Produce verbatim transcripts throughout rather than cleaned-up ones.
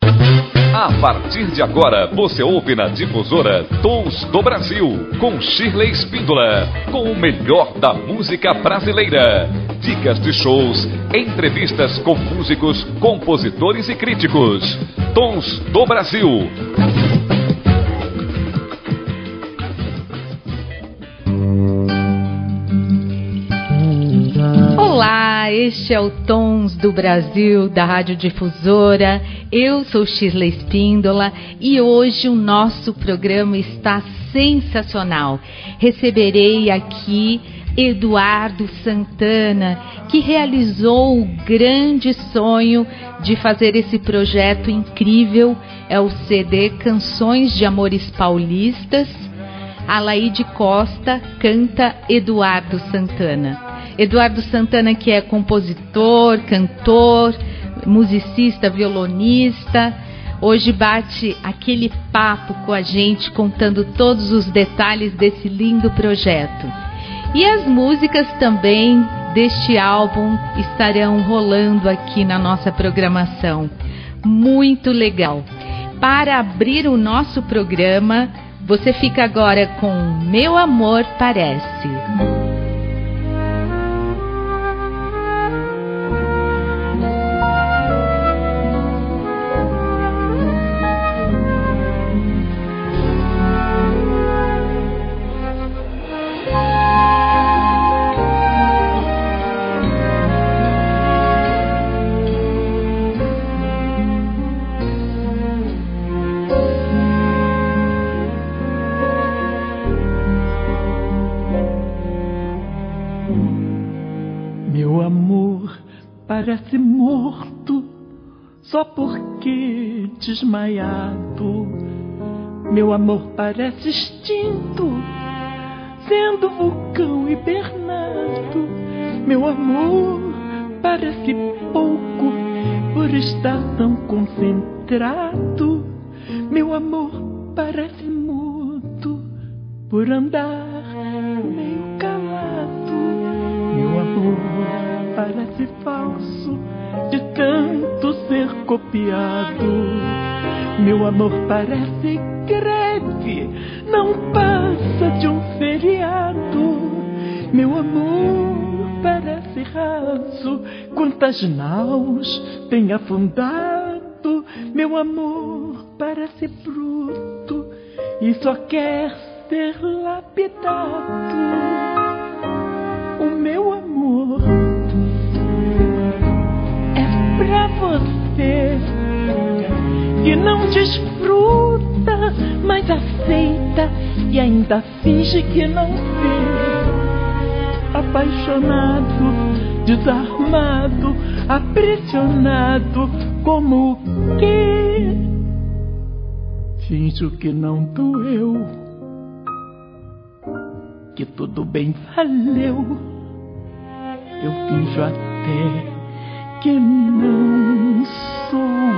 A partir de agora, você ouve na Difusora Tons do Brasil, com Shirley Espíndola, com o melhor da música brasileira. Dicas de shows, entrevistas com músicos, compositores e críticos. Tons do Brasil. Olá, este é o Tons do Brasil, da Rádio Difusora. Eu sou Shirley Espíndola e hoje o nosso programa está sensacional. Receberei aqui Eduardo Santana, que realizou o grande sonho de fazer esse projeto incrível. É o C D Canções de Amores Paulistas. Alaide Costa canta Eduardo Santana. Eduardo Santana, que é compositor, cantor, musicista, violonista, hoje bate aquele papo com a gente, contando todos os detalhes desse lindo projeto. E as músicas também deste álbum estarão rolando aqui na nossa programação. Muito legal. Para abrir o nosso programa, você fica agora com Meu Amor Parece. Parece morto, só porque desmaiado. Meu amor parece extinto, sendo vulcão hibernado. Meu amor parece pouco, por estar tão concentrado. Meu amor parece mudo, por andar meio calado. Meu amor parece falso, de tanto ser copiado. Meu amor parece greve, não passa de um feriado. Meu amor parece raso, quantas naus tem afundado. Meu amor parece bruto e só quer ser lapidado. O meu amor pra você, que não desfruta, mas aceita e ainda finge que não vê. Apaixonado, desarmado, aprisionado, como o quê? Finjo que não doeu, que tudo bem valeu. Eu finjo até que não sou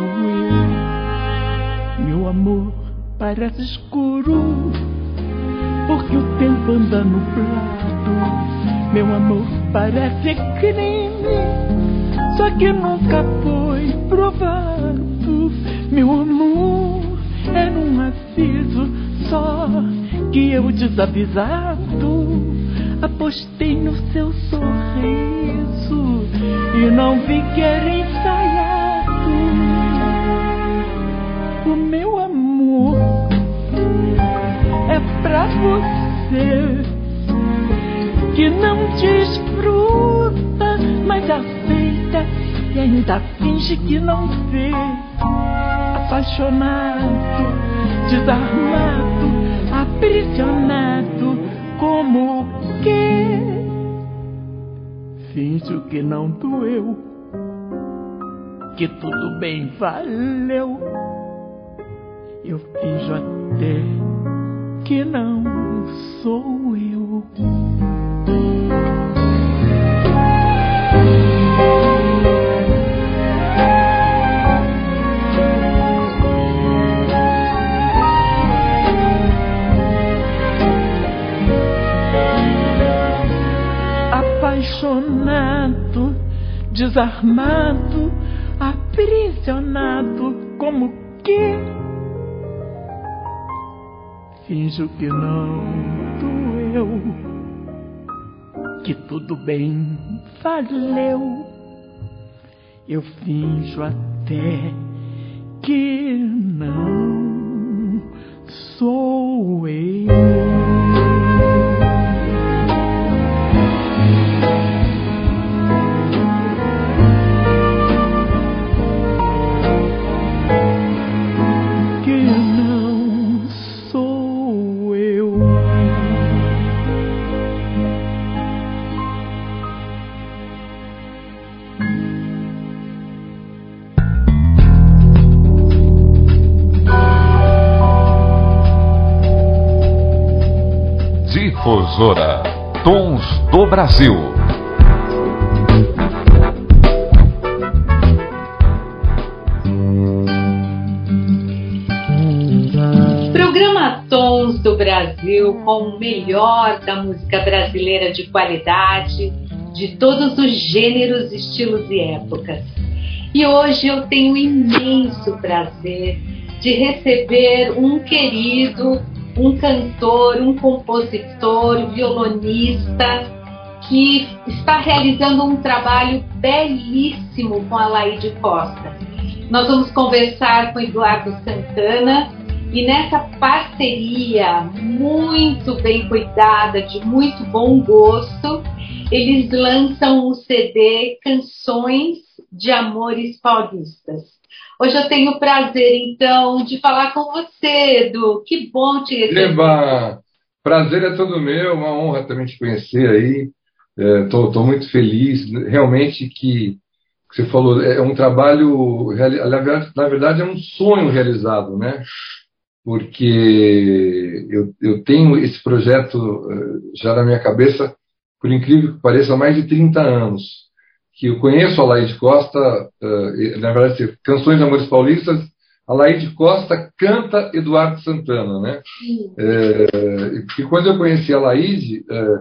eu. Meu amor parece escuro, porque o tempo anda nublado. Meu amor parece crime, só que nunca foi provado. Meu amor era um aviso, só que eu desavisado apostei no seu sorriso e não vi que era ensaiado. O meu amor é pra você, que não desfruta, mas aceita e ainda finge que não vê. Apaixonado, desarmado, aprisionado, como o quê? Finjo que não doeu, que tudo bem valeu. Eu finjo até que não sou eu. Apaixonado, desarmado, aprisionado, como que finjo que não doeu, que tudo bem valeu. Eu finjo até que não sou eu. Que não sou eu. Difusora Tons do Brasil. Programa Tons do Brasil, com o melhor da música brasileira de qualidade, de todos os gêneros, estilos e épocas. E hoje eu tenho o imenso prazer de receber um querido, um cantor, um compositor, violonista, que está realizando um trabalho belíssimo com a Laíde Costa. Nós vamos conversar com Eduardo Santana e nessa parceria muito bem cuidada, de muito bom gosto, eles lançam o C D Canções de Amores Paulistas. Hoje eu tenho o prazer, então, de falar com você, Edu. Que bom te receber. Eba, prazer é todo meu, uma honra também te conhecer aí. Estou é, muito feliz. Realmente que, que você falou, é um trabalho, na verdade é um sonho realizado, né? Porque eu, eu tenho esse projeto já na minha cabeça, por incrível que pareça, há mais de trinta anos. Que eu conheço a Laíde Costa, uh, na verdade, Canções de Amores Paulistas, a Laíde Costa canta Eduardo Santana, né? É, e quando eu conheci a Laíde, é,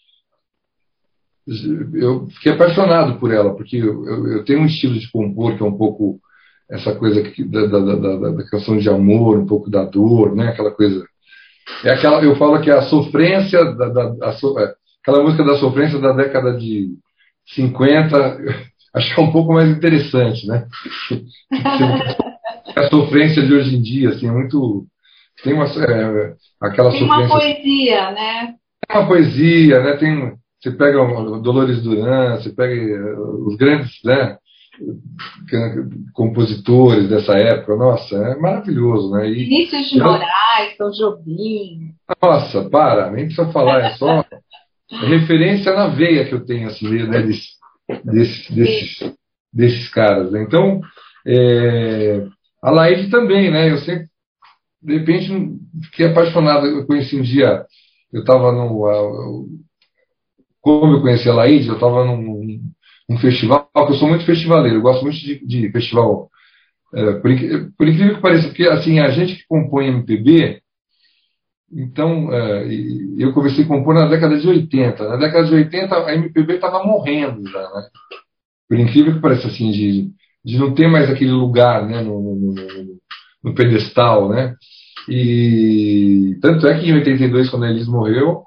eu fiquei apaixonado por ela, porque eu, eu, eu tenho um estilo de compor que é um pouco essa coisa que, da, da, da, da canção de amor, um pouco da dor, né? Aquela coisa. É aquela, eu falo que é a sofrência, da, da, a so, é, aquela música da sofrência da década de cinquenta, acho que é um pouco mais interessante, né? A sofrência de hoje em dia, assim, é muito. Tem uma, é, aquela tem sofrência. Uma poesia, né? Tem uma poesia, né? Tem, você pega o Dolores Duran, você pega os grandes, né, compositores dessa época, nossa, é maravilhoso, né? E, Vinícius de Moraes, Tom Jobim. Nossa, para, nem precisa falar, é só referência na veia que eu tenho, assim, né, desses, desses, desses, desses caras. Né? Então, é, a Laíde também, né? Eu sempre, de repente, fiquei apaixonado. Eu conheci um dia, eu estava no. Como eu conheci a Laíde, eu estava num, num festival, que eu sou muito festivaleiro, eu gosto muito de, de festival. É, por, por incrível que pareça, porque assim, a gente que compõe M P B. Então, eu comecei a compor na década de oitenta. Na década de oitenta, a M P B estava morrendo já, né? Por incrível que pareça, assim, de, de não ter mais aquele lugar, né, no, no, no, no pedestal, né? E tanto é que em oitenta e dois, quando a Elis morreu,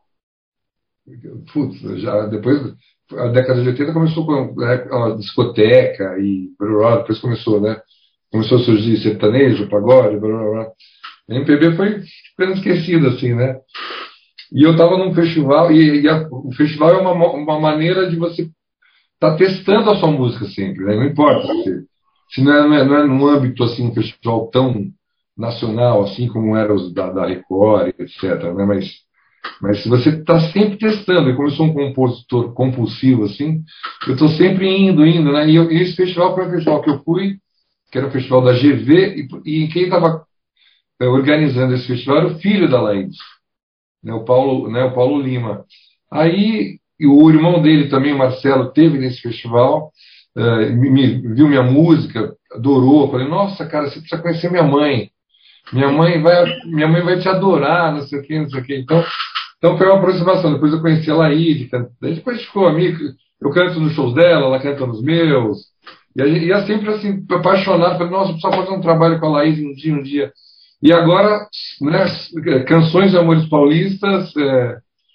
putz, já depois, a década de oitenta começou com a discoteca e depois começou, né? Começou a surgir sertanejo, pagode, blá, blá, blá. A M P B foi ficando esquecida, assim, né? E eu estava num festival, e, e a, o festival é uma, uma maneira de você estar tá testando a sua música sempre, né? Não importa se, se não, é, não, é, não é num âmbito, assim, um festival tão nacional, assim, como era os da, da Record, etcétera, né? Mas, mas se você está sempre testando, e como eu sou um compositor compulsivo, assim, eu estou sempre indo, indo, né? E, eu, e esse festival foi um festival que eu fui, que era o festival da G V, e, e quem estava organizando esse festival era o filho da Laíde, né, o Paulo, né, o Paulo Lima. Aí e o irmão dele também, o Marcelo, teve nesse festival, uh, me, me, viu minha música, adorou. Falei, nossa, cara, você precisa conhecer minha mãe. Minha mãe vai, minha mãe vai te adorar, não sei o que, não sei o que. Então, então foi uma aproximação. Depois eu conheci a Laíde, depois ficou amigo. Eu canto nos shows dela, ela canta nos meus. E a gente ia sempre assim, apaixonado, falei, nossa, eu preciso fazer um trabalho com a Laís um dia, um dia. E agora, né, Canções de Amores Paulistas, é,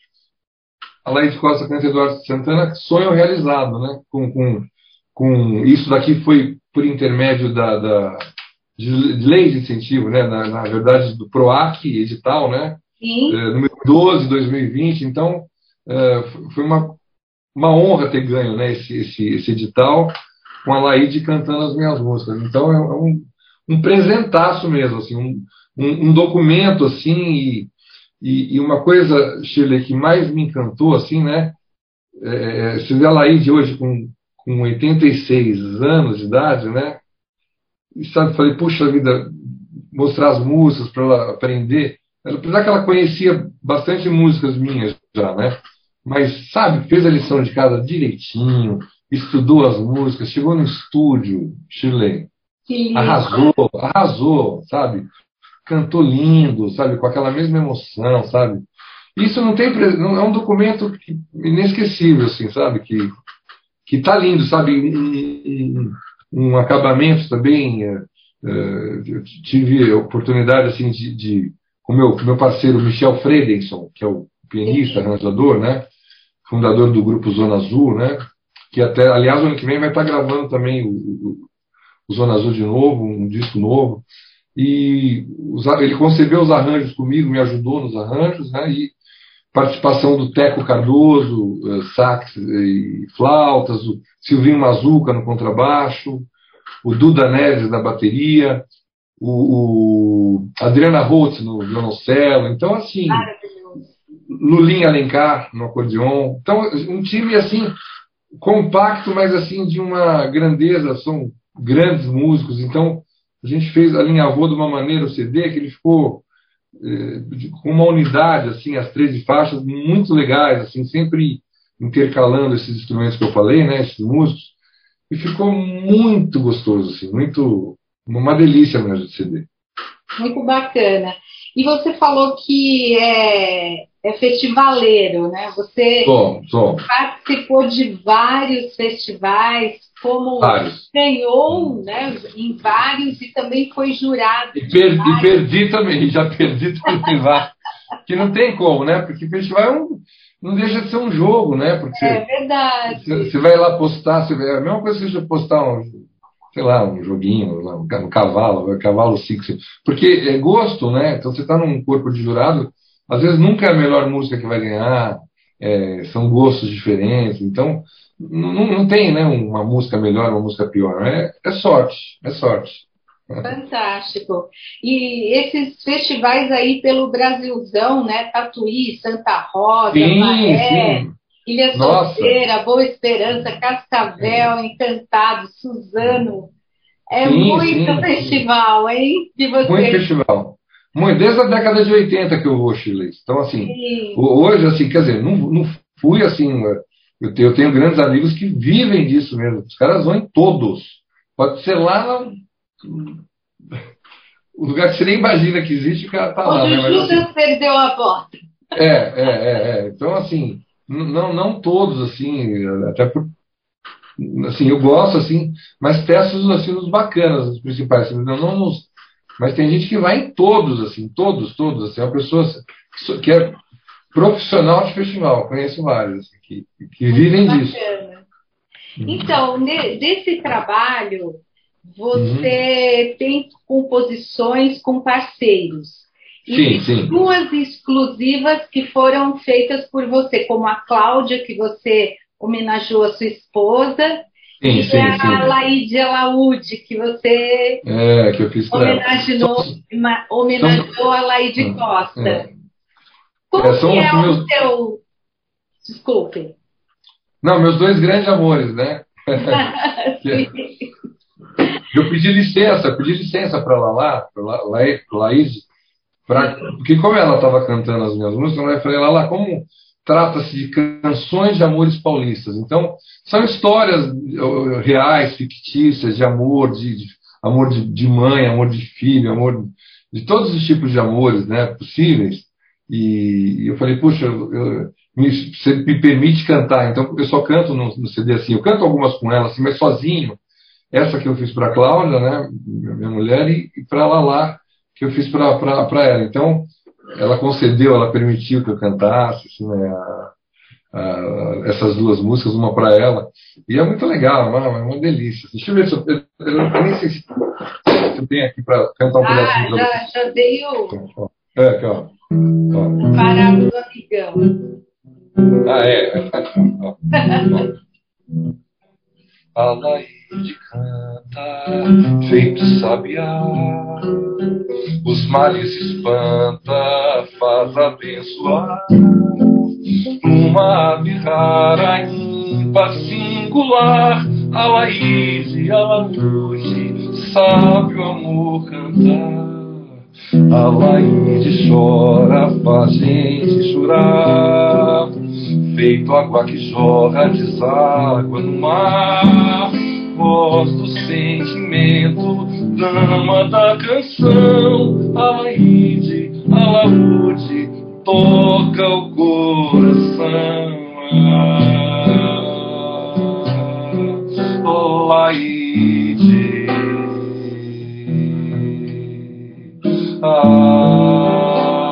a Laís Costa canta Eduardo Santana, sonho realizado, né? Com, com, com isso daqui foi por intermédio da, da de lei de incentivo, né? Na, na verdade, do PROAC edital, né? Sim. É, número doze de dois mil e vinte. Então, é, foi uma, uma honra ter ganho, né? Esse, esse, esse edital com a Laís cantando as minhas músicas. Então, é um, um presentaço mesmo, assim, um, um, um documento assim e E, e uma coisa, Shirley, que mais me encantou, assim, né? É, você vê a Laís hoje com, com oitenta e seis anos de idade, né? E sabe, falei, puxa vida, mostrar as músicas para ela aprender. Apesar que ela conhecia bastante músicas minhas já, né? Mas, sabe, fez a lição de casa direitinho, estudou as músicas, chegou no estúdio, Shirley, arrasou, arrasou, sabe? Cantou lindo, sabe, com aquela mesma emoção, sabe? Isso não tem, não é um documento que, inesquecível, assim, sabe, que que tá lindo, sabe, um, um, um acabamento também. É, é, eu tive a oportunidade assim de, de com meu meu parceiro Michel Fredenson, que é o pianista, arranjador, né, fundador do grupo Zona Azul, né, que até, aliás, o ano que vem vai estar gravando também o, o, o Zona Azul de novo, um disco novo. E ele concebeu os arranjos comigo, me ajudou nos arranjos, né? E participação do Teco Cardoso, sax e flautas, o Silvinho Mazuca no contrabaixo, o Duda Neves na bateria, o, o Adriana Holtz no violoncelo. Então, assim, Lulinha Alencar no acordeon. Então, um time assim compacto, mas assim de uma grandeza, são grandes músicos. Então, a gente fez, alinhavou de uma maneira o C D que ele ficou eh, com uma unidade, assim, as treze faixas muito legais, assim, sempre intercalando esses instrumentos que eu falei, né, esses músicos, e ficou muito gostoso, assim, muito, uma delícia mesmo de C D. Muito bacana. E você falou que é, é festivaleiro, né? Você Tô, tô. participou de vários festivais, como vários. ganhou, né, em vários e também foi jurado. E, per, e perdi também, já perdi também vários. Que não tem como, né? Porque festival é um, não deixa de ser um jogo, né? Porque é verdade. Você, você vai lá postar, você vai, é a mesma coisa que você postar um, sei lá, um joguinho, um, um cavalo, um cavalo cinco, porque é gosto, né? Então você está num corpo de jurado, às vezes nunca é a melhor música que vai ganhar, é, são gostos diferentes, então não, não tem, né, uma música melhor, uma música pior, é, é sorte, é sorte. Fantástico. E esses festivais aí pelo Brasilzão, né? Tatuí, Santa Rosa, sim, Maré, sim. Ilha Nossa. Solteira, Boa Esperança, Cascavel, é. Encantado, Suzano. É sim, muito sim, festival, sim. hein? De você. Muito festival. Muito, desde a década de oitenta que eu vou, Shirley. Então, assim, sim. hoje, assim, quer dizer, não, não fui assim. Eu tenho, eu tenho grandes amigos que vivem disso mesmo. Os caras vão em todos. Pode ser lá no, o lugar que você nem imagina que existe, o cara tá lá. Onde né? o Mas, Judas assim, perdeu a porta. É, é, é, é. Então, assim, não, não todos, assim, até por, assim, eu gosto, assim, mas peço assim, os bacanas, os principais, assim, não, não nos, mas tem gente que vai em todos, assim, todos, todos, assim, é uma pessoa que é profissional de festival, conheço vários, assim, que, que vivem Muito disso. bacana. Então, ne, desse trabalho, você uhum. tem composições com parceiros. E sim, sim. duas exclusivas que foram feitas por você, como a Cláudia, que você homenageou a sua esposa, sim, e sim, a sim. Laíde Alaúde, que você é, que eu fiz homenageou, ela. homenageou são... a Laíde Costa. É. Como é, são que é meus... o seu... Desculpe. Não, meus dois grandes amores, né? Eu pedi licença, pedi licença para Lala, para La, La, Laís, pra, porque como ela estava cantando as minhas músicas, eu falei, Lala, como trata-se de canções de amores paulistas? Então, são histórias reais, fictícias, de amor, de, de amor de, de mãe, amor de filho, amor de todos os tipos de amores, né, possíveis. E, e eu falei, puxa, eu, eu, me, você me permite cantar? Então, eu só canto no, no C D assim, eu canto algumas com ela, assim, mas sozinho. essa que eu fiz para a Cláudia, né, minha mulher, e, e para a Lala, que eu fiz para ela. Então, ela concedeu, ela permitiu que eu cantasse assim, né, a, a, essas duas músicas, uma para ela. E é muito legal, é uma, é uma delícia. Deixa eu ver se eu, eu, eu, eu nem sei se, se eu tenho aqui para cantar um ah, pedacinho para já, você. já veio. É, aqui, ó. ó. Para o amigão. Ah, é. Ó. A Laíde canta, feito sabiá, os males espanta, faz abençoar. Uma ave rara, ímpar, singular, a Laíde, a Laúde, sabe o amor cantar. A Laíde chora, faz gente chorar, feito água que jorra, deságua no mar. Voz do sentimento, dama da canção, a Laíde, a Laúde, toca o coração. Ah, Laíde, ah,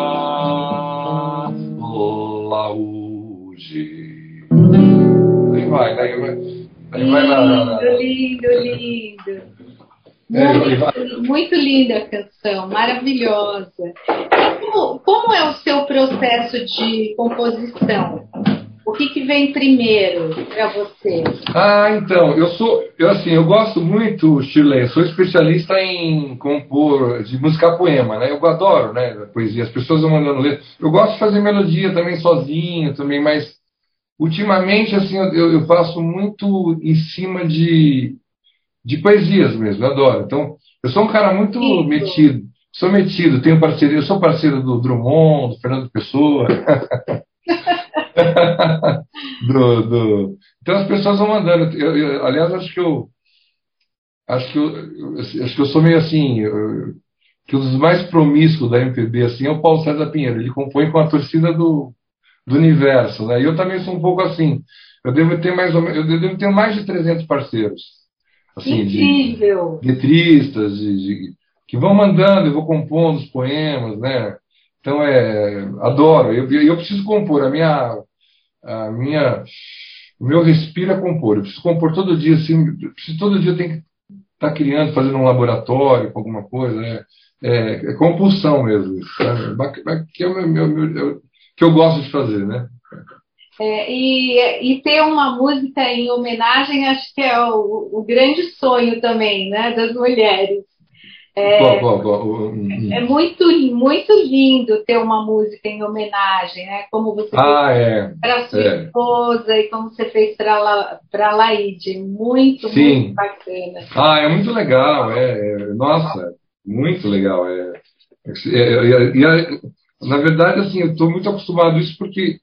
Aí vai, aí vai. Aí lindo, vai na, na, na... lindo, lindo. É, muito, muito linda a canção, maravilhosa. Como, como é o seu processo de composição? O que, que vem primeiro para você? Ah, então, eu sou, eu assim, eu gosto muito, Shirley, eu sou especialista em compor, de musicar poema, né? Eu adoro, né, poesia, as pessoas vão mandando ler. Eu gosto de fazer melodia também sozinho, também, mas ultimamente, assim, eu, eu faço muito em cima de, de poesias mesmo, eu adoro. Então, eu sou um cara muito Sim. metido, sou metido, tenho parceria, eu sou parceiro do Drummond, do Fernando Pessoa. do, do... Então as pessoas vão mandando. Eu, eu, aliás, acho que eu acho que eu, eu, acho que eu sou meio assim, eu, que um dos mais promíscuos da M P B assim é o Paulo César Pinheiro. Ele compõe com a torcida do, do universo, né? E eu também sou um pouco assim. Eu devo ter mais ou menos, eu devo ter mais de trezentos parceiros, assim, incrível, de letristas, de, de, que vão mandando, eu vou compondo os poemas, né? Então é, adoro. Eu, eu preciso compor. A minha, a minha, o meu respiro é compor. Eu preciso compor todo dia, assim. Preciso, todo dia eu tenho que estar criando, fazendo um laboratório com alguma coisa. Né? É, é compulsão mesmo. Sabe? Que é o meu, meu, meu, que eu gosto de fazer, né? É, e, e ter uma música em homenagem, acho que é o, o grande sonho também, né, das mulheres. É, qual, qual, qual? Um, é muito, muito lindo ter uma música em homenagem, né? Como você ah, fez é, para sua é. esposa e como você fez para a Laíde. Muito, Sim. muito bacana. Ah, é muito legal, é, é nossa, muito legal. É, é, é, é, na verdade, assim, eu estou muito acostumado a isso porque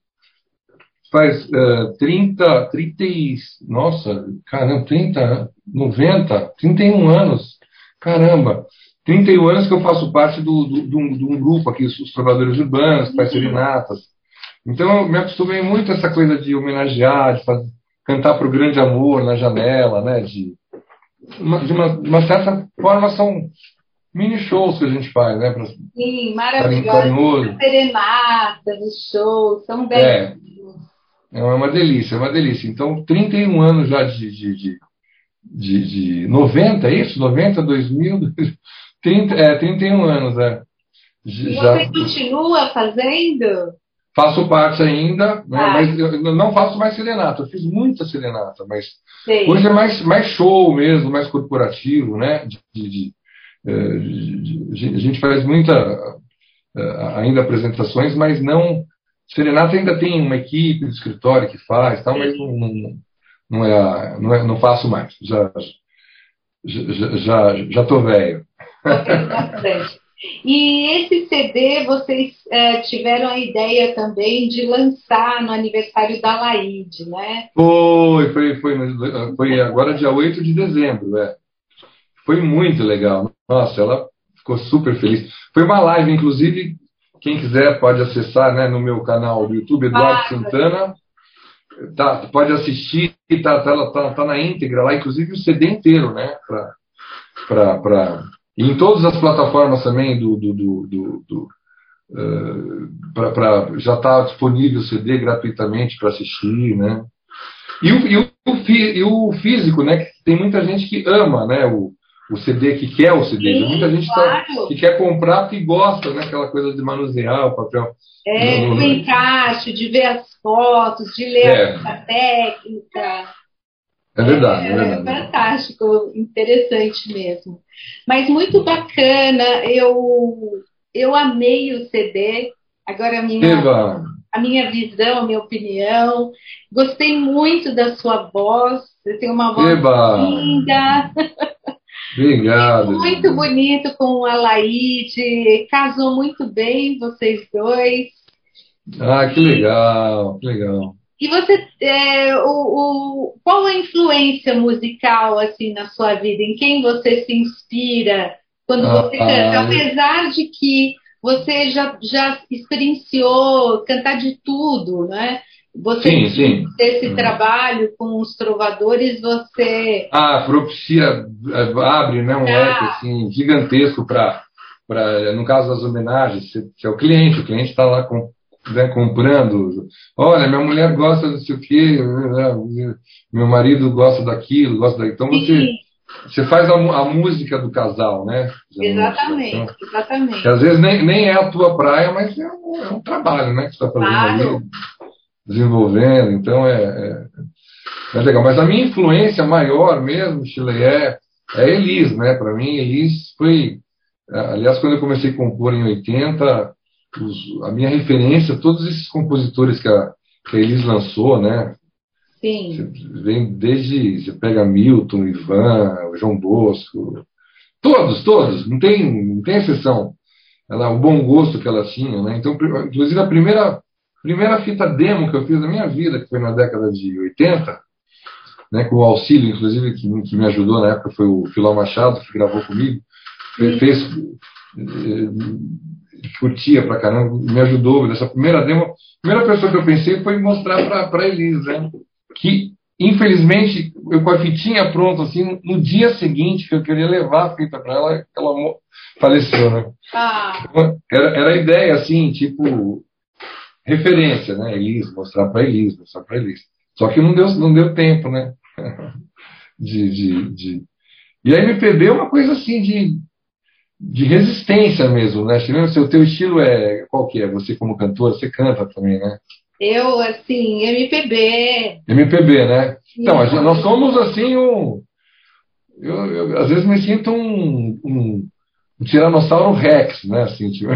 faz uh, trinta, trinta, nossa, caramba, trinta, noventa, trinta e um anos. Caramba, trinta e um anos que eu faço parte do, do, de, um, de um grupo aqui, os Trovadores Urbanos, Pais Serenatas. Então eu me acostumei muito a essa coisa de homenagear, de fazer, cantar para o grande amor na janela, né? De uma, de uma, de uma certa forma são mini shows que a gente faz, né? Pra, Sim, maravilhoso. As serenatas, os shows, são bem. É, é uma delícia, é uma delícia. Então, trinta e um anos já de, de, de De, de noventa, é isso? noventa, dois mil, trinta, é, trinta e um anos, é. E já, você continua fazendo? Faço parte ainda, né, ah. mas eu não faço mais serenata. Eu fiz muita serenata, mas Sim. Hoje é mais, mais show mesmo, mais corporativo, né? De, de, de, de, de, a gente faz muita ainda apresentações, mas não. Serenata ainda tem uma equipe do escritório que faz, tal, mas não, não, não, é, não, é, não faço mais. Já já já já tô velho. E esse C D vocês é, tiveram a ideia também de lançar no aniversário da Laíde, né? Foi, foi, foi, foi agora dia oito de dezembro, é. Foi muito legal. Nossa, ela ficou super feliz. Foi uma live, inclusive, quem quiser pode acessar, né, no meu canal do YouTube, Eduardo ah, Santana. tá, pode assistir, tá, tá, tá, tá na íntegra lá, inclusive o C D inteiro, né? Pra, pra, pra, e em todas as plataformas também do, do, do, do, do uh, pra, pra, já está disponível o C D gratuitamente para assistir, né? E o, e, o, e o físico, né? Que tem muita gente que ama, né? O, o C D, que quer o C D. Sim, muita gente claro. tá, que quer comprar porque gosta, né? Aquela coisa de manusear o papel. É, no, no, do encaixe, de ver as fotos, de ler É. a técnica. É verdade, é, É, é verdade. fantástico, interessante mesmo. Mas muito bacana, eu, eu amei o C D. Agora a minha, Eva, a minha visão, a minha opinião. Gostei muito da sua voz. Você tem uma voz Eba, linda, obrigado. muito bonito com a Laíde. Casou muito bem vocês dois. Ah, que legal, que legal. E você, é, o, o, qual a influência musical assim na sua vida? Em quem você se inspira quando Ah, você canta? ah, Apesar de que você já, já experienciou cantar de tudo, né? Você sim, sim. esse Hum. trabalho com os trovadores, você Ah, propicia, eh, abre, né, um leque ah, assim, gigantesco para, no caso das homenagens, que é o cliente, o cliente está lá com, né, comprando. Olha, minha mulher gosta do sei o quê, meu marido gosta daquilo, gosta daquilo. Então você, sim, você faz a, mu- a música do casal, né? exatamente, Então, que exatamente. às vezes nem, nem é a tua praia, mas é um, é um trabalho, né, que você está fazendo Claro. ali, desenvolvendo. Então é, é, é legal. Mas a minha influência maior mesmo, Chile, é, é a Elis, né? Para mim, Elis foi. Aliás, quando eu comecei a compor em oitenta, os, a minha referência, todos esses compositores que a, que a Elis lançou, né? Sim, Você vem desde. Você pega Milton, Ivan, o João Bosco, todos, todos, não tem, não tem exceção. Ela, o bom gosto que ela tinha, né? Então, pri- inclusive, a primeira, primeira fita demo que eu fiz na minha vida, que foi na década de oitenta, né, com o auxílio, inclusive, que, me- que me ajudou na época, foi o Filó Machado, que gravou comigo, fe- fez, eh, curtia pra caramba, me ajudou nessa primeira demo. A primeira pessoa que eu pensei foi mostrar pra, pra Elis, né, que, infelizmente, eu com a fitinha pronta, assim, no dia seguinte que eu queria levar a fita pra ela, ela mo- faleceu, né. ah, Era, era a ideia, assim, tipo, referência, né, Elis, mostrar pra Elis, mostrar pra Elis. Só que não deu, não deu tempo, né? De, de, de... E a M P B é uma coisa assim de, de resistência mesmo, né? Se o teu estilo é qual que é? Você como cantora, você canta também, né? eu assim, M P B. M P B, né? Então, a gente- nós Sim. somos assim um. Eu, eu, às vezes me sinto um, um, um tiranossauro Rex, né? Assim, tipo...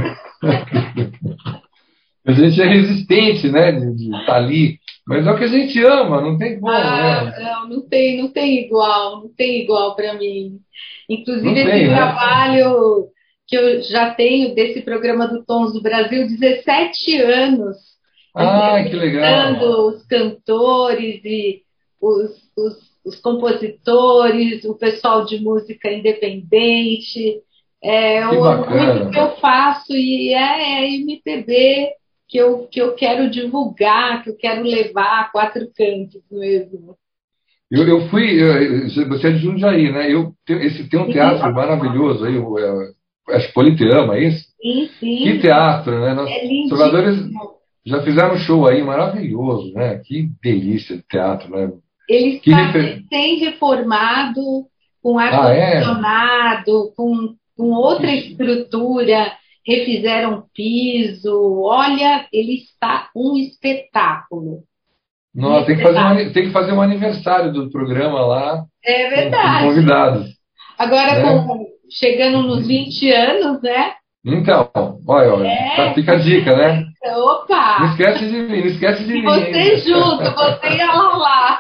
A gente é resistente, né? De estar ali. Mas é o que a gente ama, não tem como, Ah, né? não, não tem, não tem igual, não tem igual para mim. Não Inclusive esse tem, né? trabalho que eu já tenho desse programa do Tons do Brasil, dezessete anos, Ai, que legal. entrevistando os cantores e os, os, os compositores, o pessoal de música independente. É, Que eu amo muito o que bacana. eu faço e é, é M P B que eu, que eu quero divulgar, que eu quero levar a quatro cantos mesmo. Eu, eu fui, eh, você é de Jundiaí, né? Eu, te- esse, tem um teatro maravilhoso aí, o, é, acho que Politeama, é isso? Sim, Que sim, teatro, né? Nós, é os jogadores lindíssimo. já fizeram um show aí maravilhoso, né? Que delícia de teatro, né? Ele Que está refer... recém-reformado, com Ah, é? ar-condicionado, com, com outra Ixi. estrutura, refizeram piso. Olha, ele está um espetáculo. Um Não, tem que fazer um, espetáculo. ani- tem que fazer um aniversário do programa lá É com, com verdade. convidados, Agora, né? com, chegando nos vinte anos, né? Então, olha, olha, tá- É, fica a dica, né? Não opa! esquece de mim, não esquece de E mim. você junto, você e a Lala.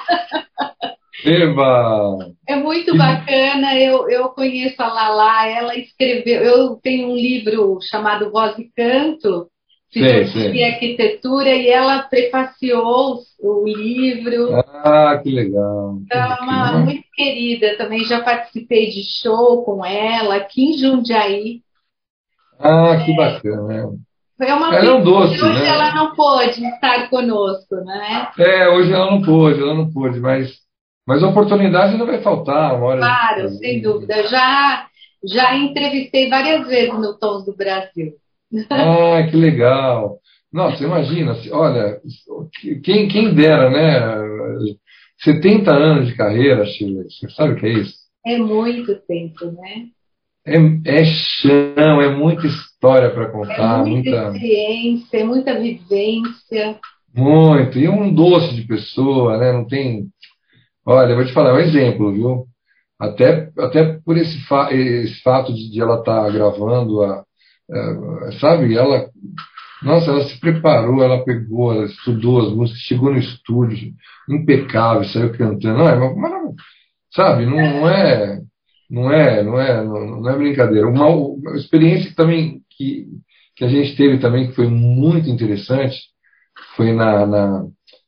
Eba! É muito Que- bacana, eu, eu conheço a Lala, ela escreveu, eu tenho um livro chamado Voz e Canto, Sei, Filosofia e sei. Arquitetura, e ela prefaciou o livro. Ah, que legal. Então, ela é Que uma legal. muito querida, também já participei de show com ela, aqui em Jundiaí. Ah, que bacana. Foi uma Ela é um doce, hoje né? ela não pôde estar conosco, né? É, hoje ela não pôde, ela não pôde, mas, mas a oportunidade não vai faltar, uma hora a gente Claro, fazer. sem dúvida. Já, já entrevistei várias vezes no Tons do Brasil. Ah, que legal. Nossa, imagina, se- olha, quem, quem dera, né? setenta anos de carreira, Sheila, você sabe o que é isso? É muito tempo, né? É, é chão, é muita história para É contar, muita muita, experiência, é muita vivência. muito. E um doce de pessoa, né? Não tem. Olha, eu vou te falar um exemplo, viu? Até, até por esse, fa esse fato de, de ela estar gravando, a, a- sabe? Ela, nossa, ela se preparou, ela pegou, ela estudou as músicas, chegou no estúdio, impecável, saiu cantando. Não, é, mas, mas não- sabe? Não, não é, não é, não é, não, não é brincadeira. Uma, uma experiência que também que, que a gente teve também que foi muito interessante foi na, na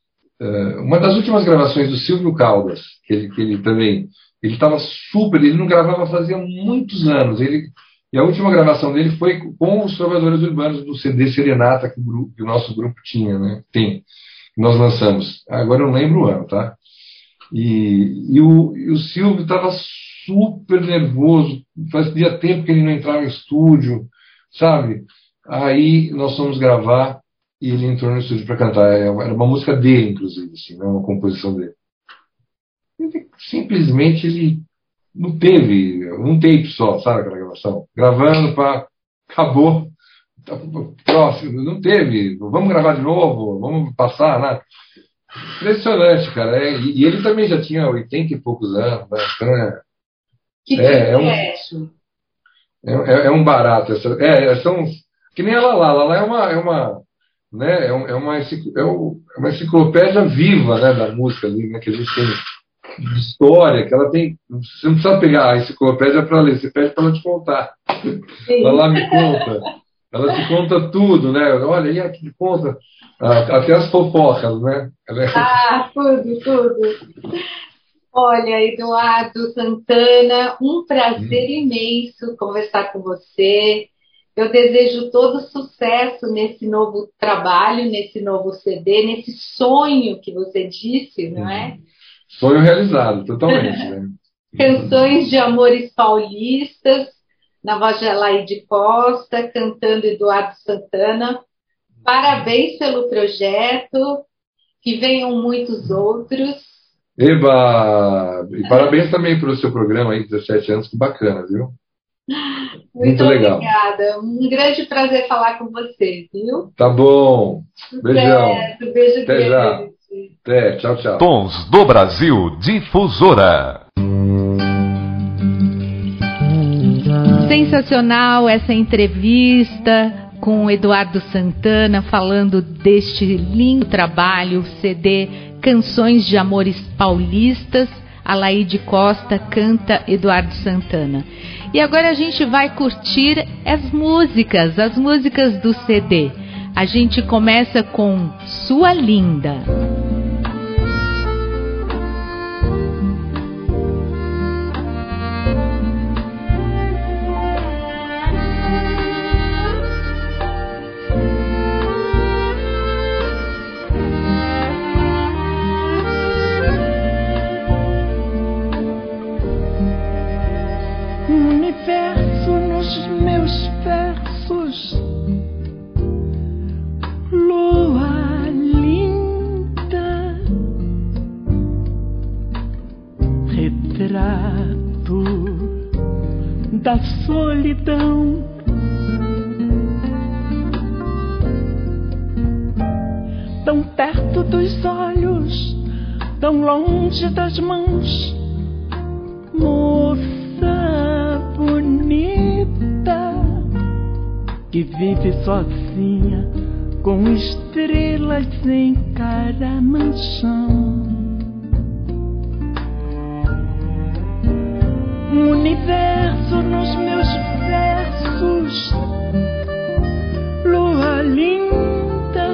uma das últimas gravações do Silvio Caldas, que ele, que ele também, ele estava super, ele não gravava fazia muitos anos, ele, e a última gravação dele foi com os Trovadores Urbanos do C D Serenata que o, grupo, que o nosso grupo tinha, né, tem, que nós lançamos, agora eu não lembro o ano, tá? E, e, o, e o Silvio estava super nervoso, fazia tempo que ele não entrava no estúdio, sabe? Aí nós fomos gravar e ele entrou no estúdio para cantar. Era uma música dele, inclusive, assim, né? Uma composição dele. Ele, simplesmente ele não teve um take só, sabe aquela gravação? Gravando, pá, acabou. Tá, próximo, não teve. Vamos gravar de novo, vamos passar, né? Impressionante, cara. É, e, e ele também já tinha oitenta e poucos anos, né? Então é, Que é, é um, privilégio. é, é um barato. Essa, é, são, que nem a Lala. A Lala é uma, é uma, né? É, um- é uma, enciclo- é um- é uma enciclopédia viva, né, da música ali, né, que a gente tem de história, que ela tem. Você não precisa pegar a enciclopédia para ler, você pede para ela te contar. Sim. Lala me conta. Ela te conta tudo, né? Olha, e aqui conta ah, até as fofocas, né? Ela é- Ah, tudo, tudo. Olha, Eduardo Santana, um prazer imenso conversar com você. Eu desejo todo sucesso nesse novo trabalho, nesse novo C D, nesse sonho que você disse, não é? Sonho realizado, totalmente, né? Canções de Amores Paulistas, na voz de Alaide Costa, cantando Eduardo Santana. Parabéns pelo projeto, que venham muitos outros. Eba! E parabéns também pelo seu programa aí, dezessete anos, que bacana, viu? Muito Muito legal. obrigada. Um grande prazer falar com você, viu? Tá bom. Beijão. Certo, beijo Até já. grande. Até, tchau, tchau. Tons do Brasil Difusora. Sensacional essa entrevista com o Eduardo Santana falando deste lindo trabalho, C D Canções de Amores Paulistas. Alaide Costa canta Eduardo Santana. E agora a gente vai curtir as músicas, as músicas do C D. A gente começa com Sua Linda. Universo nos meus versos, lua linda, retrato da solidão, tão perto dos olhos, tão longe das mãos, moça bonita, que vive sozinha com estrelas em caramanchão. Um universo nos meus versos, lua linda,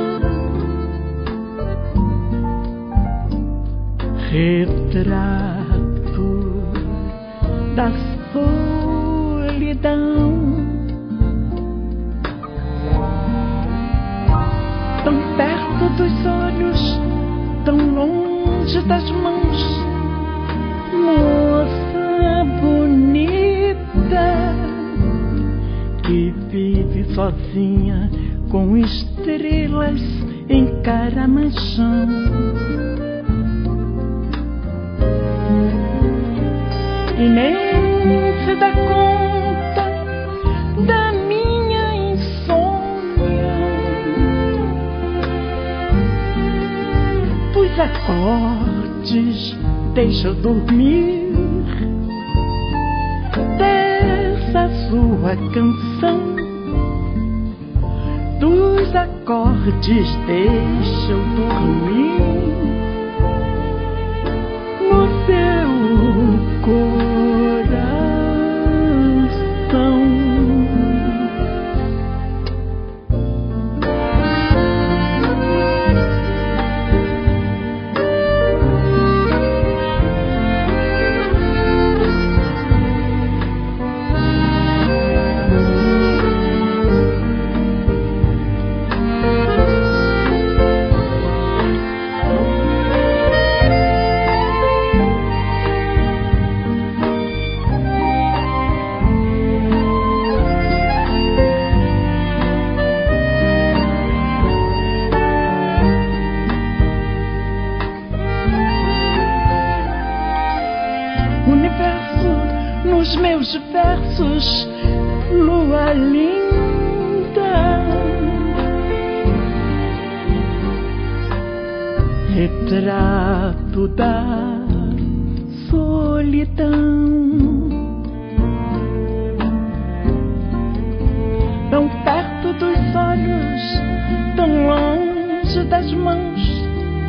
retrato da solidão, vive sozinha com estrelas em Caramanchão. E nem se dá conta da minha insônia, dos acordes deixa eu dormir dessa sua canção, dos acordes deixa eu dormir no seu coração. Versos, lua linda, retrato da solidão, tão perto dos olhos, tão longe das mãos,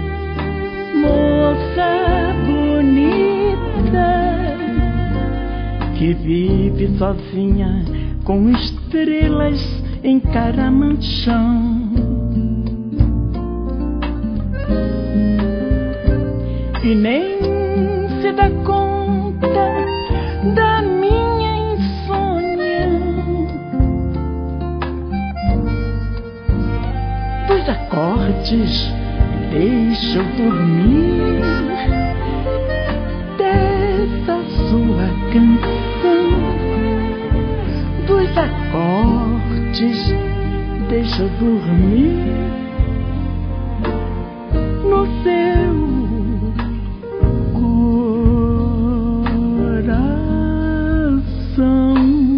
moça bonita que vive sozinha com estrelas em Caramanchão. E nem se dá conta da minha insônia, dos acordes deixa eu dormir dessa sua canção, dos acordes deixa eu dormir no seu coração.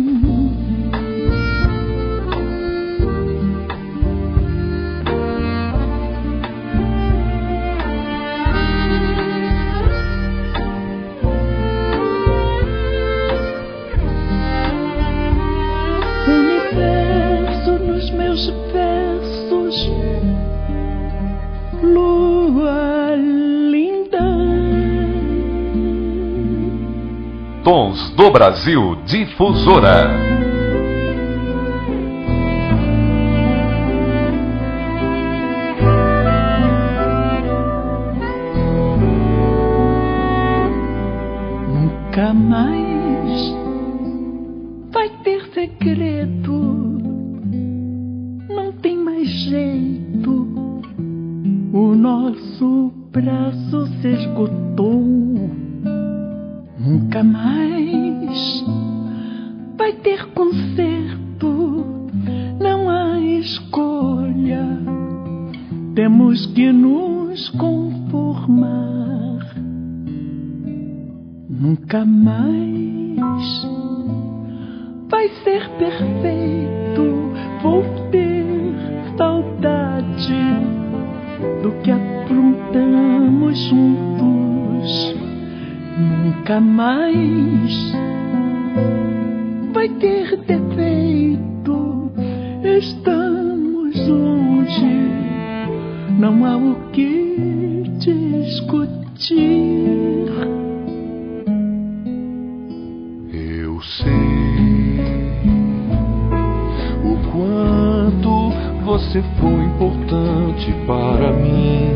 Versos, lua linda. Tons do Brasil Difusora. Nunca mais vai ter segredo, jeito, o nosso braço se esgotou. Nunca mais vai ter conserto, não há escolha, temos que nos conformar. Nunca mais vai ser perfeito, vou ter saudade do que aprontamos juntos. Nunca mais vai ter defeito, estamos longe, não há o que discutir. Eu sei o quanto você foi importante para mim.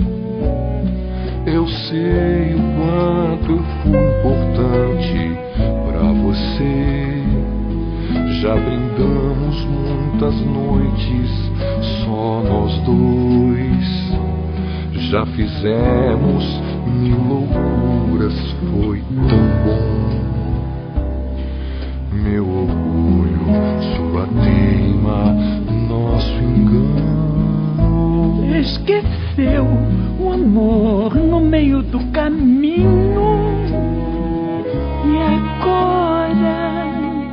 Eu sei o quanto eu fui importante para você. Já brindamos muitas noites, só nós dois. Já fizemos mil loucuras, foi tão bom. Meu orgulho orgulho, sua teima, nosso engano. Esqueceu o amor no meio do caminho. E agora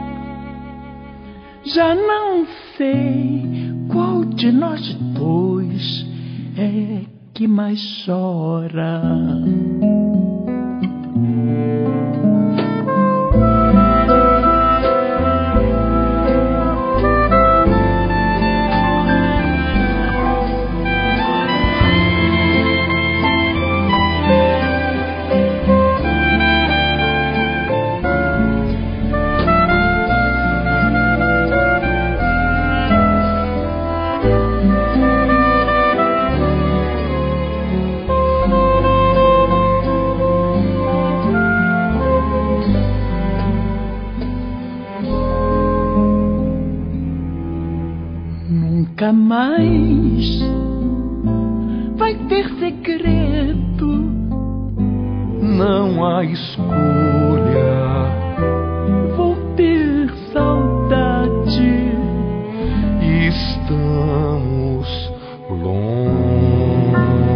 já não sei qual de nós dois é que mais chora. Nunca mais vai ter segredo. Não há escolha. Vou ter saudade. Estamos longe.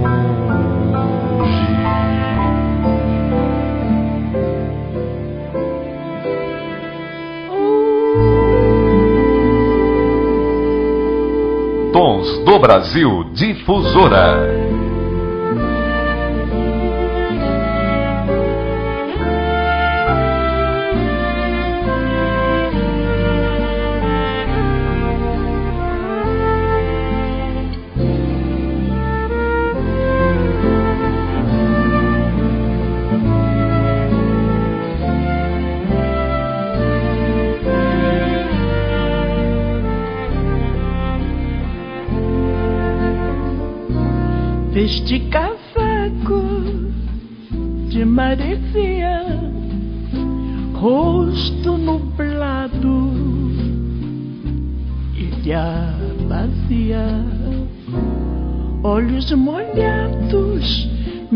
Tons do Brasil Difusora. Este cavaco de maresia, rosto nublado, ilha vazia, olhos molhados,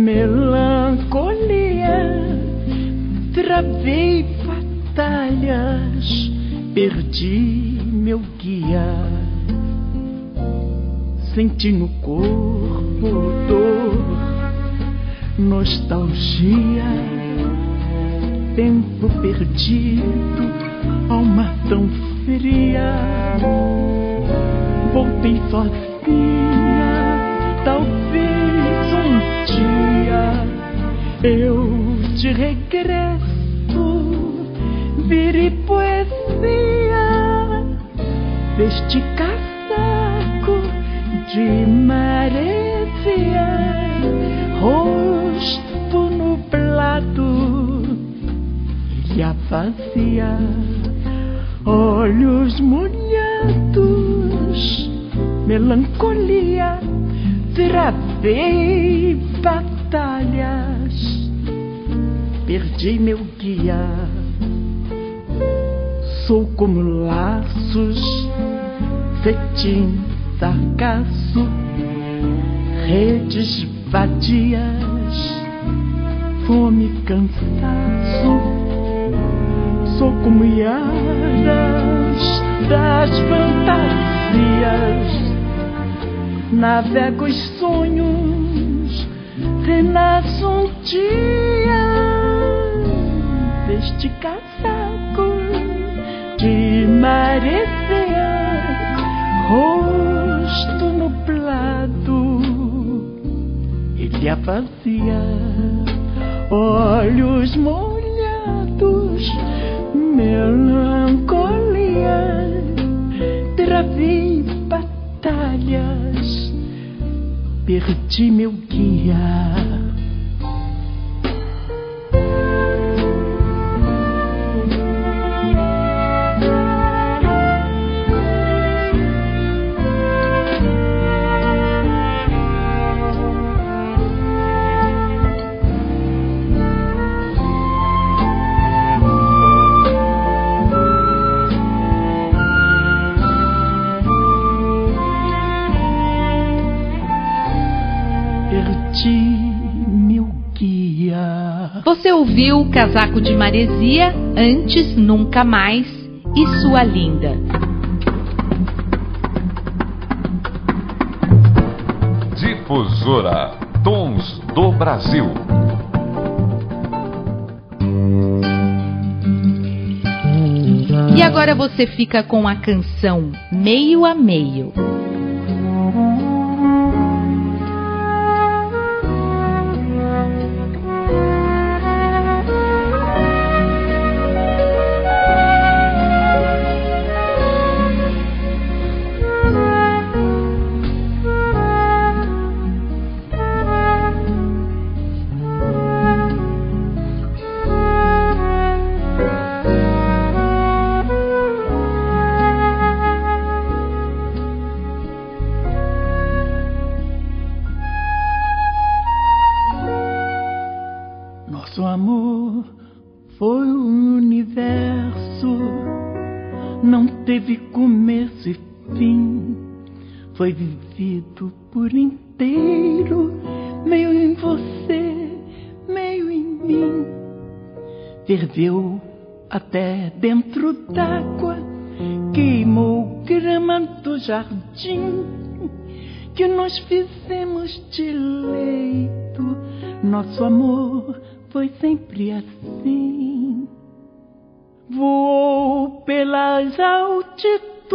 melancolia. Travei batalhas, perdi meu guia. Senti no corpo dor, nostalgia, tempo perdido, alma tão fria. Voltei sozinha, talvez um dia eu de regresso vire poesia deste casaco de maresia, rosto nublado, ilha vazia, olhos molhados, melancolia. Travei batalhas, perdi meu guia. Sou como laços, cetim, sargaço, redes vadias, fome, cansaço. Sou como iaras das fantasias, navego os sonhos, renasço um dia deste casaco de maresia, rosto nublado, ilha vazia, olhos molhados, melancolia. Travei batalhas, perdi meu guia. Você ouviu Casaco de Maresia, Antes Nunca Mais, e sua linda. Difusora Tons do Brasil. E agora você fica com a canção Meio a Meio. Nosso amor foi o universo, não teve começo e fim, foi vivido por inteiro, meio em você, meio em mim. Ferveu até dentro d'água, queimou grama do jardim, que nós fizemos de leito. Nosso amor foi sempre assim. Voou pelas altitudes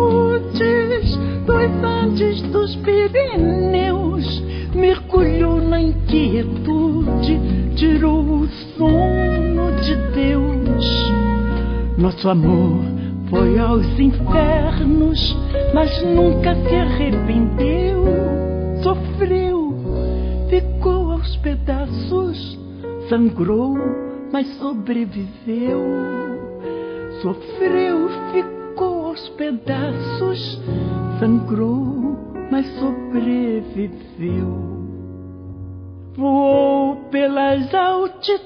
dos Andes, dos Pirineus, mergulhou na inquietude, tirou o sono de Deus. Nosso amor foi aos infernos, mas nunca se arrependeu. Sofreu, ficou aos pedaços, sangrou, mas sobreviveu. Sofreu, ficou aos pedaços, sangrou, mas sobreviveu. Voou pelas altitudes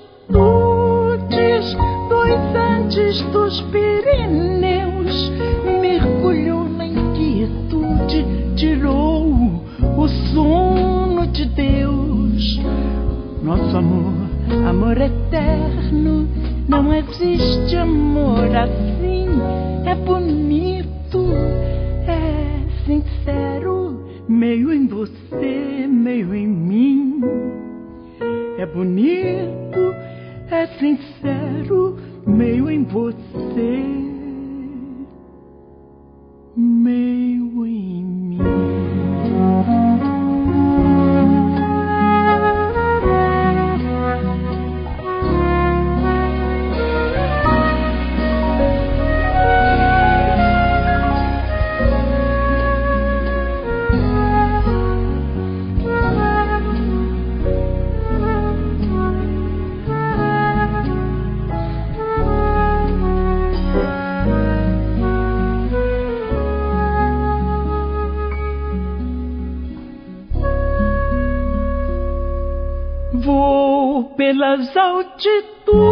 dos Andes, dos Pirineus, mergulhou na inquietude, tirou o sono de Deus. Nosso amor, amor eterno, não existe amor assim. É bonito, é sincero, meio em você, meio em mim. É bonito, é sincero, meio em você, meio em mim. Vou pelas altitudes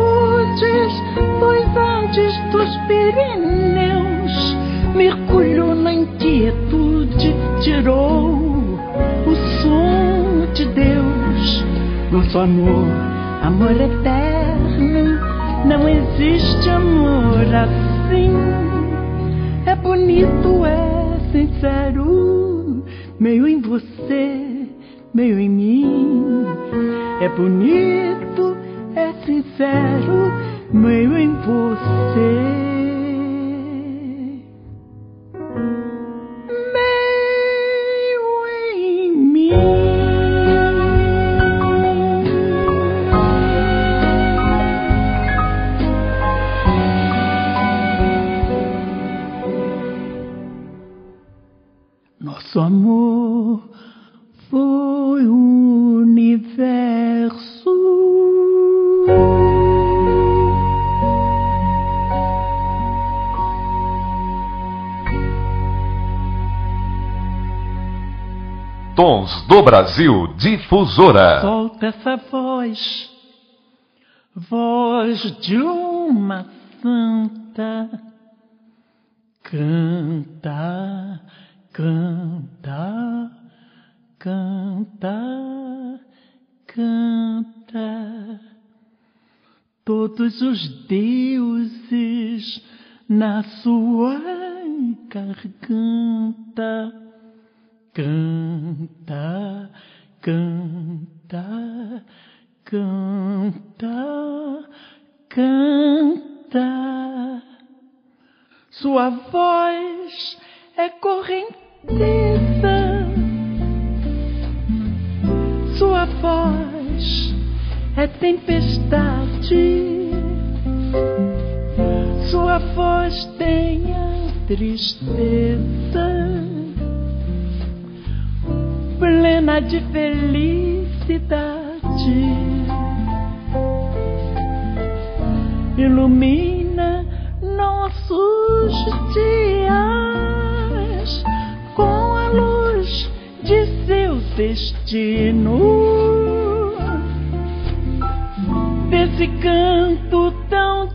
dos Andes, dos Pirineus, mergulhou na inquietude, tirou o som de Deus. Nosso amor, amor eterno, não existe amor assim. É bonito, é sincero, meio em você, meio em mim. É bonito, é sincero, meio em você, meio em mim. Nosso amor foi o universo. Tons do Brasil Difusora. Solta essa voz, voz de uma santa. Canta, canta, canta, canta. Todos os deuses na sua garganta. Canta, canta, canta, canta. Sua voz é correnteza, sua voz é tempestade, sua voz tem a tristeza plena de felicidade, ilumina nossos dias com a luz de seu destino, desse canto tão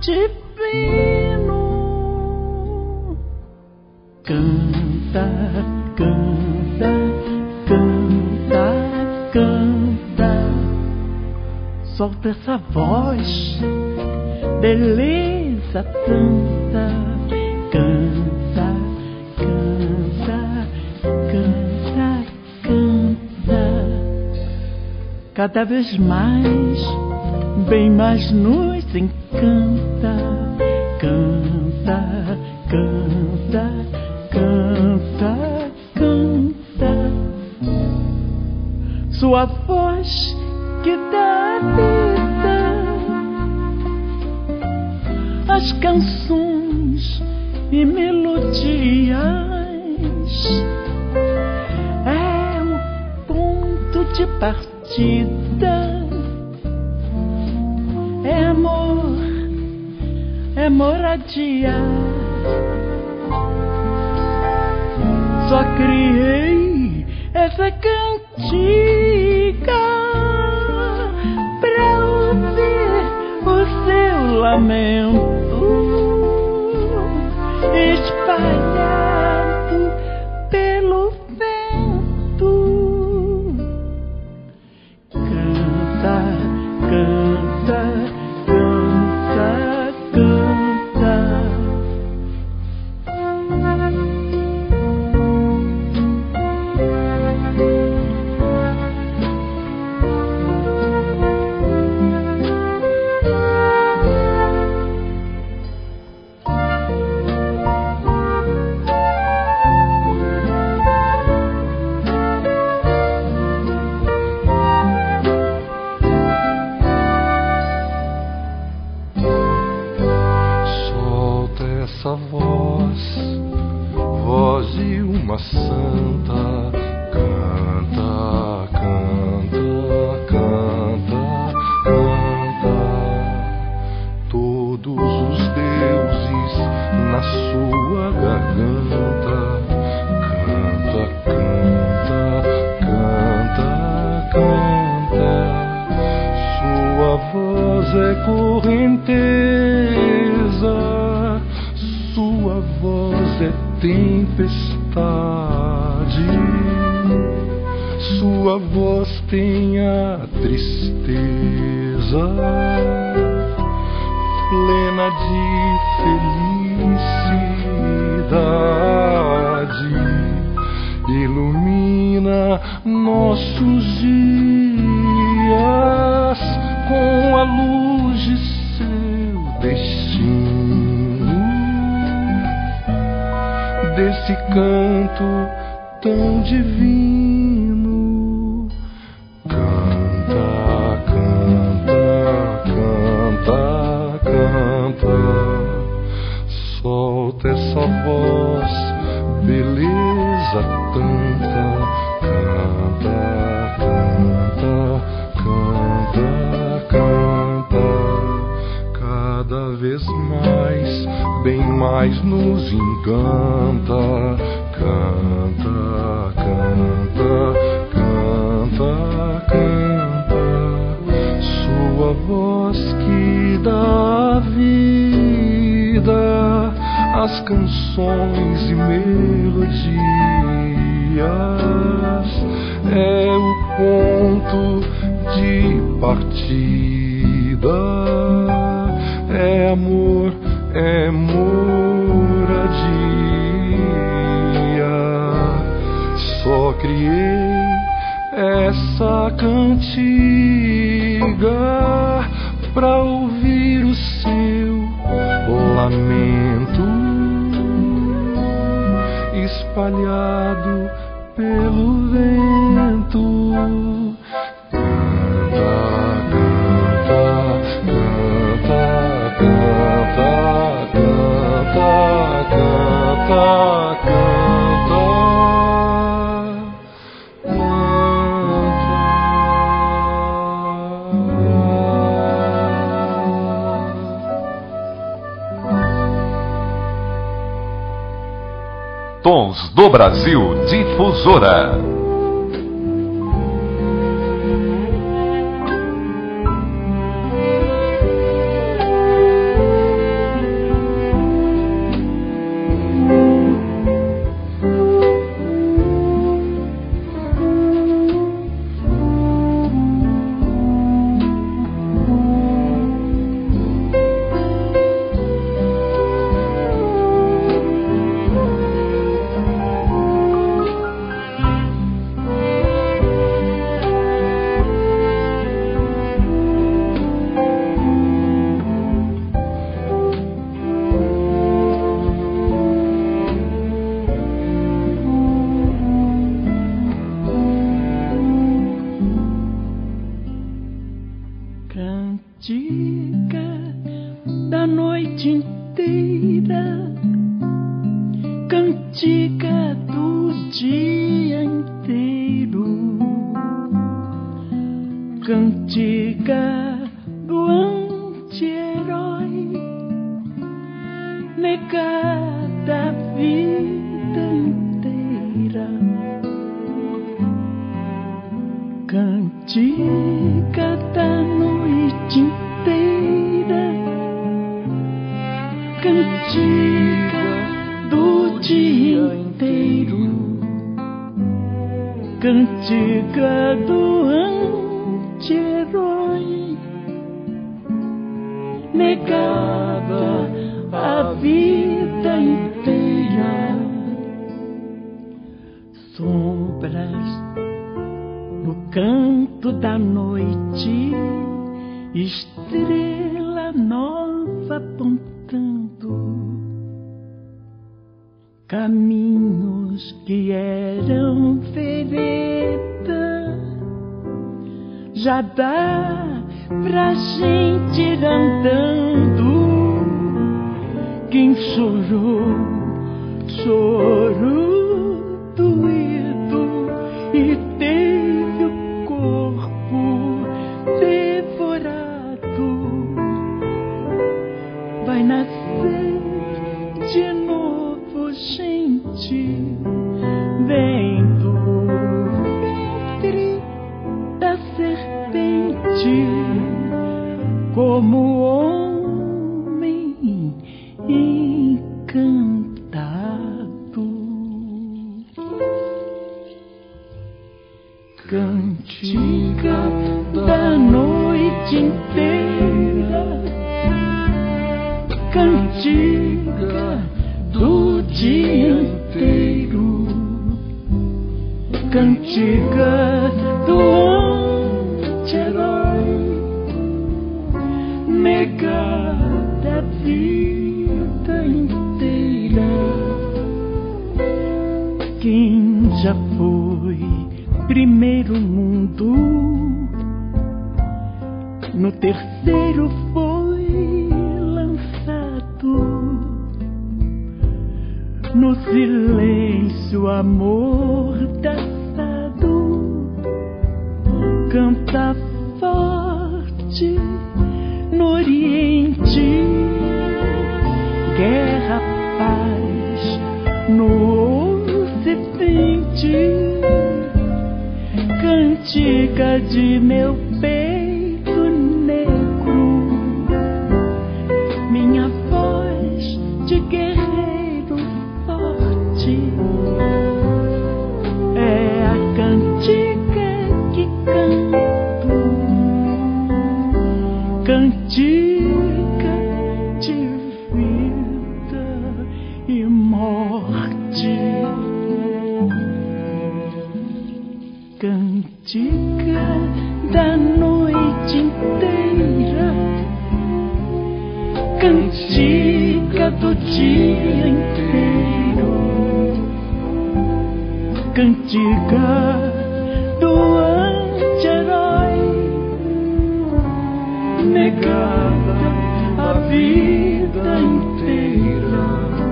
divino. Canta, canta, canta, canta, solta essa voz, beleza tanta. Canta, canta, canta, canta, cada vez mais, bem mais nos encanta. Canta, canta, canta, canta, sua voz que dá vida às canções e melodias, é um ponto de partida, é amor, é moradia. Só criei essa cantiga pra ouvir o seu lamento espalhado pelo vento. Canta, canta, canta, canta. Essa voz, voz de uma santa, canta, canta, canta, canta, todos os deuses na sua garganta. Canta, canta, canta, canta, sua voz é correnteza, sua voz é tempestade, sua voz tem a tristeza plena de felicidade, ilumina nossos dias com a luz de seu destino, desse canto tão divino. Canta, canta, canta, canta, solta essa voz, beleza tanta. Canta, canta, canta, canta, cada vez mais, bem mais nos encanta. Canta, canta, canta, canta, sua voz que dá vida às canções e melodias, é o ponto de partida, é amor, é amor. criei essa cantiga pra ouvir o seu lamento espalhado pelo vento. Tons do Brasil Difusora. cantiga da noite inteira, cantiga do dia inteiro, cantiga do anti-herói, negada a vida inteira,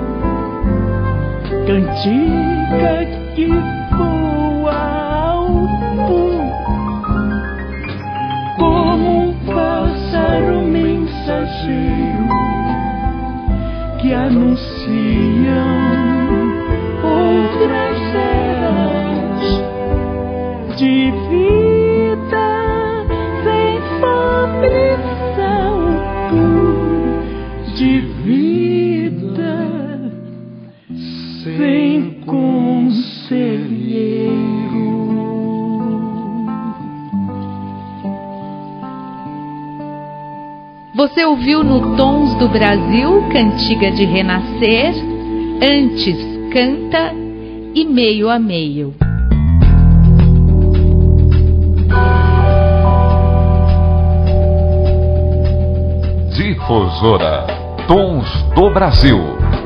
cantiga que voa alto como um pássaro mensageiro que anunciam outras eras de vida sem pobreza alguma, de vida sem conselheiro. Você ouviu no Tons do Brasil, Cantiga de Renascer, Antes Canta e Meio a Meio. Difusora Tons do Brasil.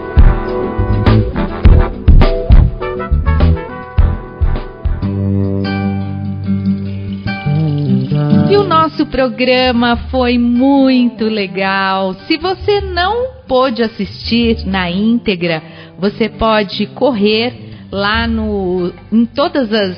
E o nosso programa foi muito legal. Se você não pôde assistir na íntegra, você pode correr lá no, em todas as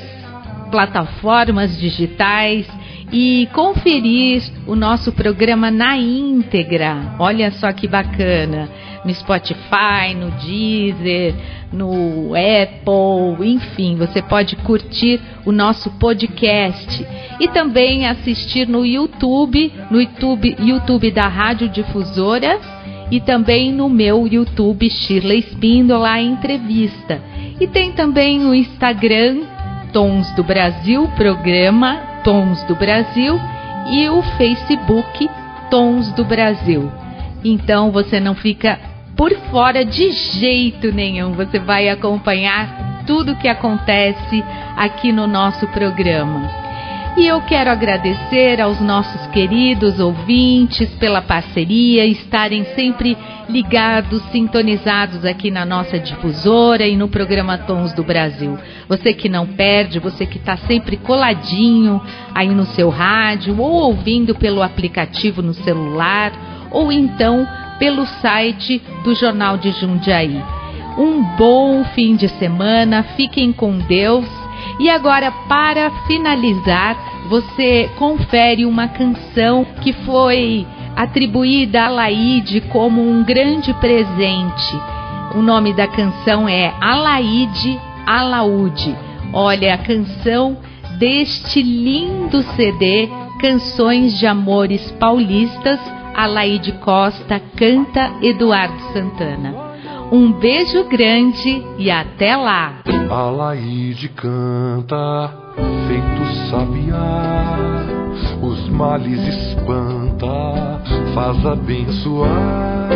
plataformas digitais e conferir o nosso programa na íntegra. Olha só que bacana. No Spotify, no Deezer, no Apple, enfim, você pode curtir o nosso podcast e também assistir no YouTube, no YouTube, YouTube da Rádio Difusora e também no meu YouTube, Shirley Espíndola, a entrevista. E tem também o Instagram, Tons do Brasil, programa Tons do Brasil, e o Facebook, Tons do Brasil. Então você não fica por fora de jeito nenhum, você vai acompanhar tudo o que acontece aqui no nosso programa. E eu quero agradecer aos nossos queridos ouvintes pela parceria, estarem sempre ligados, sintonizados aqui na nossa difusora e no programa Tons do Brasil. Você que não perde, você que está sempre coladinho aí no seu rádio, ou ouvindo pelo aplicativo no celular, ou então pelo site do Jornal de Jundiaí. Um bom fim de semana, fiquem com Deus. E agora, para finalizar, você confere uma canção que foi atribuída a Alaide como um grande presente. O nome da canção é Alaide Alaúde. Olha, a canção deste lindo C D, Canções de Amores Paulistas, Alaide Costa canta Eduardo Santana. Um beijo grande e até lá. Alaide canta, feito sabiá, os males espanta, faz abençoar.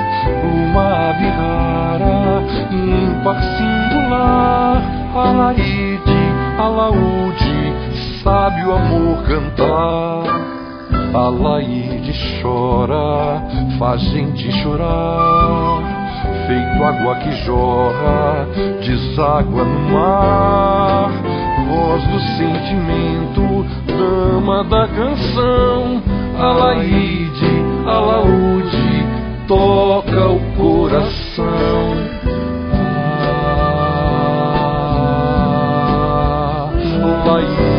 Uma ave rara, ímpar singular, Alaide, alaúde, sabe o amor cantar. Alaide chora, faz gente chorar, feito água que jorra, deságua no mar. Voz do sentimento, dama da canção, Alaide, alaúde, toca o coração. Ah, Alaide,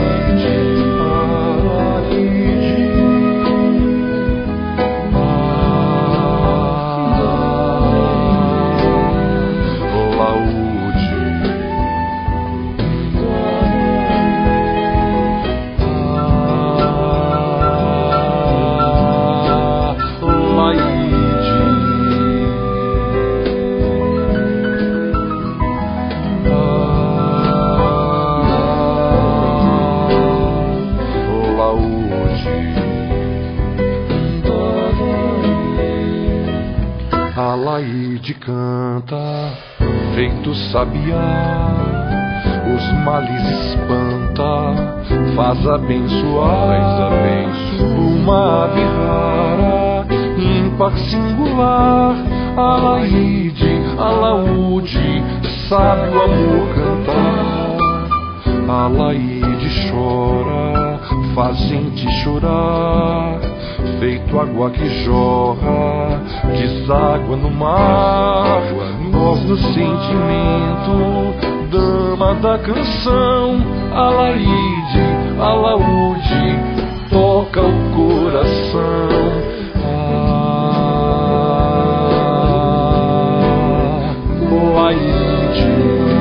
Alaide canta, feito sabiá, os males espanta, faz abençoar uma birrara ímpar singular. Alaide, alaúde, sabe o amor cantar. Alaide chora, faz gente chorar, feito água que jorra, deságua no mar. Voz do sentimento, dama da canção. Alaide, alaúde, toca o coração. Ah, Alaide,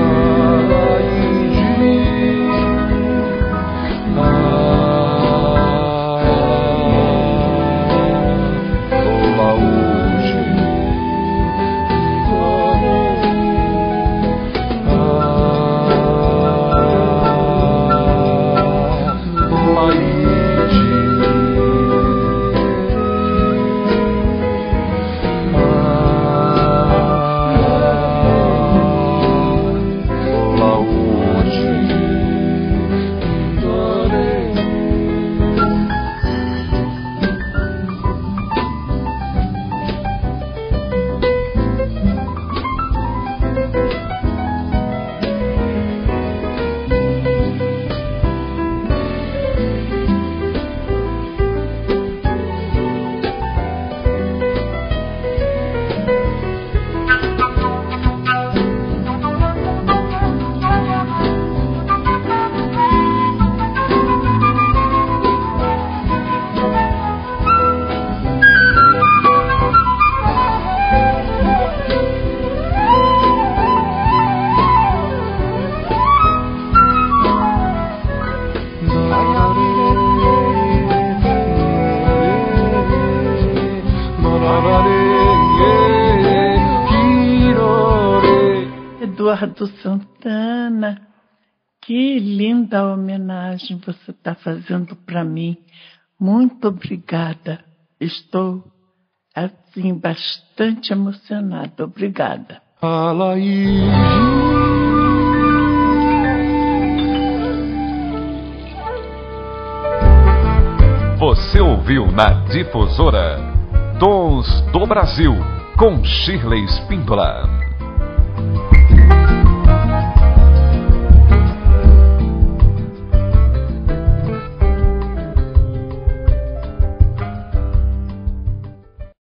Eduardo Santana, que linda homenagem você está fazendo para mim. Muito obrigada. Estou, assim, bastante emocionada. Obrigada. Alaide. Você ouviu na Difusora Tons do Brasil, com Shirley Spíndola.